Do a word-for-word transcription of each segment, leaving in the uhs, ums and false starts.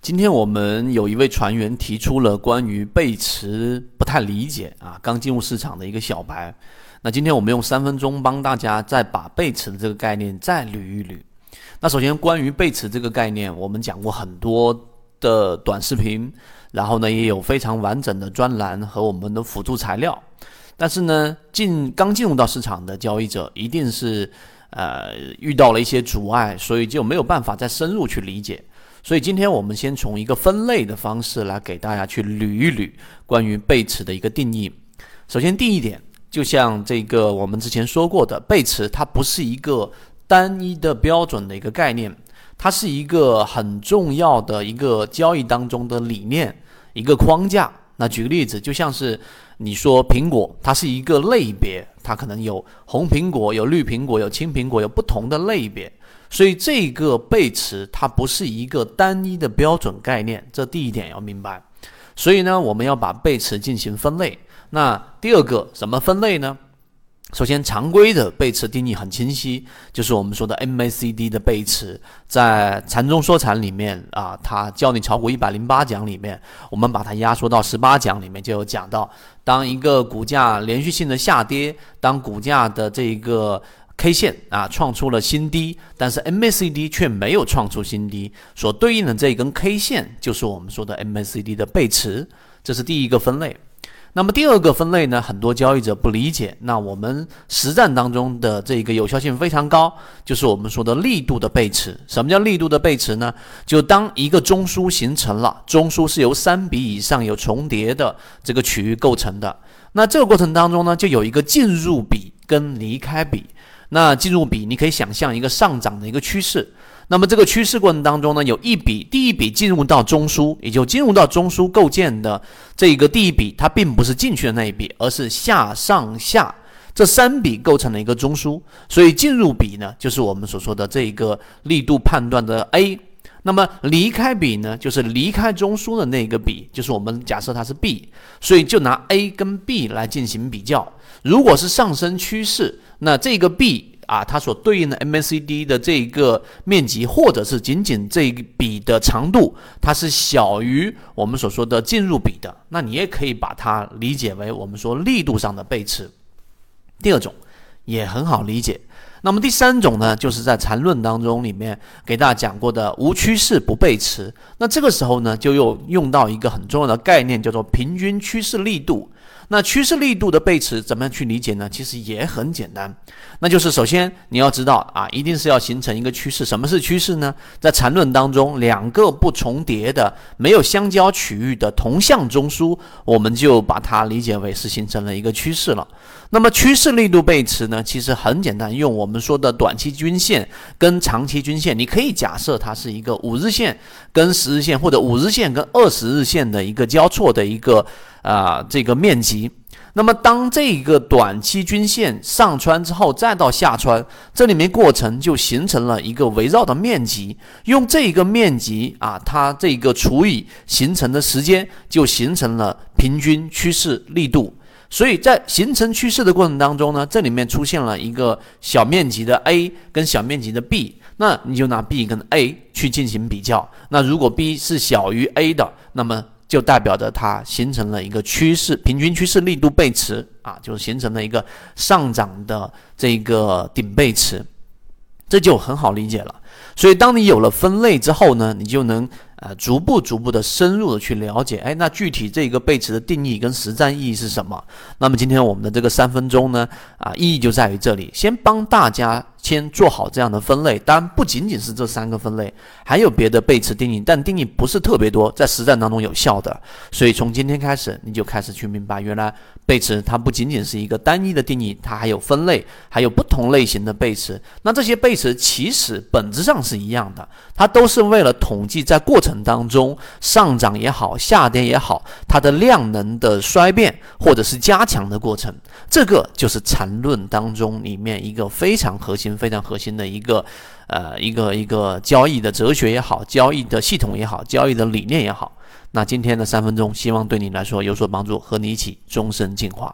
今天我们有一位船员提出了关于背驰不太理解啊，刚进入市场的一个小白。那今天我们用三分钟帮大家再把背驰的这个概念再捋一捋。那首先关于背驰这个概念，我们讲过很多的短视频，然后呢也有非常完整的专栏和我们的辅助材料。但是呢，进刚进入到市场的交易者一定是呃遇到了一些阻碍，所以就没有办法再深入去理解。所以今天我们先从一个分类的方式来给大家去捋一捋关于背驰的一个定义。首先第一点，就像这个我们之前说过的，背驰它不是一个单一的标准的一个概念，它是一个很重要的一个交易当中的理念，一个框架。那举个例子，就像是你说苹果，它是一个类别，它可能有红苹果，有绿苹果，有青苹果，有不同的类别。所以这个背驰它不是一个单一的标准概念，这第一点要明白。所以呢，我们要把背驰进行分类。那第二个怎么分类呢？首先常规的背驰定义很清晰，就是我们说的 M A C D 的背驰，在禅中说禅里面啊，它教你炒股一百零八讲里面，我们把它压缩到十八讲里面就有讲到，当一个股价连续性的下跌，当股价的这个K 线啊创出了新低，但是 M A C D 却没有创出新低，所对应的这一根 K 线就是我们说的 M A C D 的背驰，这是第一个分类。那么第二个分类呢，很多交易者不理解，那我们实战当中的这个有效性非常高，就是我们说的力度的背驰。什么叫力度的背驰呢？就当一个中枢形成了，中枢是由三笔以上有重叠的这个区域构成的，那这个过程当中呢，就有一个进入比跟离开比。那进入比你可以想象一个上涨的一个趋势，那么这个趋势过程当中呢，有一笔第一笔进入到中枢，也就进入到中枢构建的这个第一笔，它并不是进去的那一笔，而是下上下这三笔构成了一个中枢，所以进入比呢就是我们所说的这个力度判断的 A， 那么离开比呢就是离开中枢的那个比，就是我们假设它是 B， 所以就拿 A 跟 B 来进行比较。如果是上升趋势，那这个 B 啊，它所对应的 M A C D 的这个面积，或者是仅仅这一笔的长度，它是小于我们所说的进入比的，那你也可以把它理解为我们说力度上的背驰。第二种也很好理解。那么第三种呢，就是在缠论当中里面给大家讲过的无趋势不背驰。那这个时候呢，就又用到一个很重要的概念，叫做平均趋势力度。那趋势力度的背驰怎么样去理解呢？其实也很简单，那就是首先你要知道啊，一定是要形成一个趋势。什么是趋势呢？在缠论当中，两个不重叠的、没有相交区域的同向中枢，我们就把它理解为是形成了一个趋势了。那么趋势力度背驰呢，其实很简单，用我们说的短期均线跟长期均线，你可以假设它是一个五日线跟十日线，或者五日线跟二十日线的一个交错的一个啊、呃、这个面积。那么当这个短期均线上穿之后，再到下穿，这里面过程就形成了一个围绕的面积，用这个面积啊，它这个除以形成的时间，就形成了平均趋势力度。所以在形成趋势的过程当中呢，这里面出现了一个小面积的 A 跟小面积的 B， 那你就拿 B 跟 A 去进行比较。那如果 B 是小于 A 的，那么就代表着它形成了一个趋势平均趋势力度背驰啊，就形成了一个上涨的这个顶背驰，这就很好理解了。所以当你有了分类之后呢，你就能呃逐步逐步的深入的去了解，哎，那具体这个背驰的定义跟实战意义是什么？那么今天我们的这个三分钟呢，啊，意义就在于这里，先帮大家先做好这样的分类。当然不仅仅是这三个分类，还有别的背驰定义，但定义不是特别多，在实战当中有效的。所以从今天开始，你就开始去明白，原来背驰它不仅仅是一个单一的定义，它还有分类，还有不同类型的背驰。那这些背驰其实本质上是一样的，它都是为了统计在过程当中上涨也好，下跌也好，它的量能的衰变或者是加强的过程。这个就是缠论当中里面一个非常核心、非常核心的一个呃一个一个交易的哲学也好，交易的系统也好，交易的理念也好。那今天的三分钟，希望对你来说有所帮助，和你一起终身进化。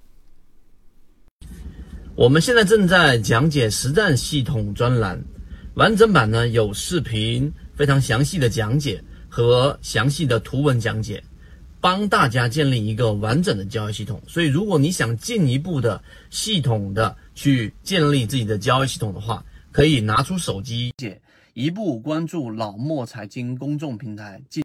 我们现在正在讲解实战系统专栏。 完整版呢有视频非常详细的讲解和详细的图文讲解，帮大家建立一个完整的交易系统。所以如果你想进一步的系统的去建立自己的交易系统的话，可以拿出手机一步关注老莫财经公众平台。